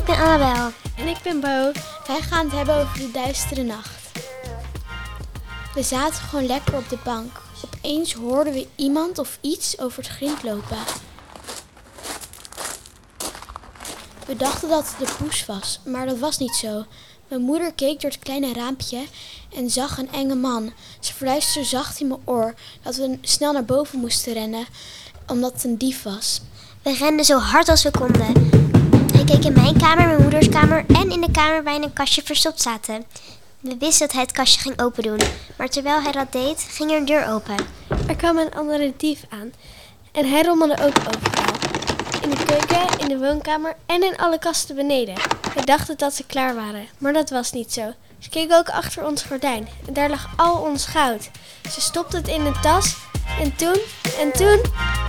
Ik ben Annabel. En ik ben Bo. Wij gaan het hebben over de duistere nacht. We zaten gewoon lekker op de bank. Opeens hoorden we iemand of iets over het grind lopen. We dachten dat het de poes was, maar dat was niet zo. Mijn moeder keek door het kleine raampje en zag een enge man. Ze fluisterde zacht in mijn oor dat we snel naar boven moesten rennen, omdat het een dief was. We renden zo hard als we konden. Hij keek in mijn kamer, mijn moeders kamer en in de kamer waar in een kastje verstopt zaten. We wisten dat hij het kastje ging open doen, maar terwijl hij dat deed, ging er een deur open. Er kwam een andere dief aan en hij rommelde ook overal. In de keuken, in de woonkamer en in alle kasten beneden. We dachten dat ze klaar waren, maar dat was niet zo. Ze keken ook achter ons gordijn en daar lag al ons goud. Ze stopte het in een tas en toen...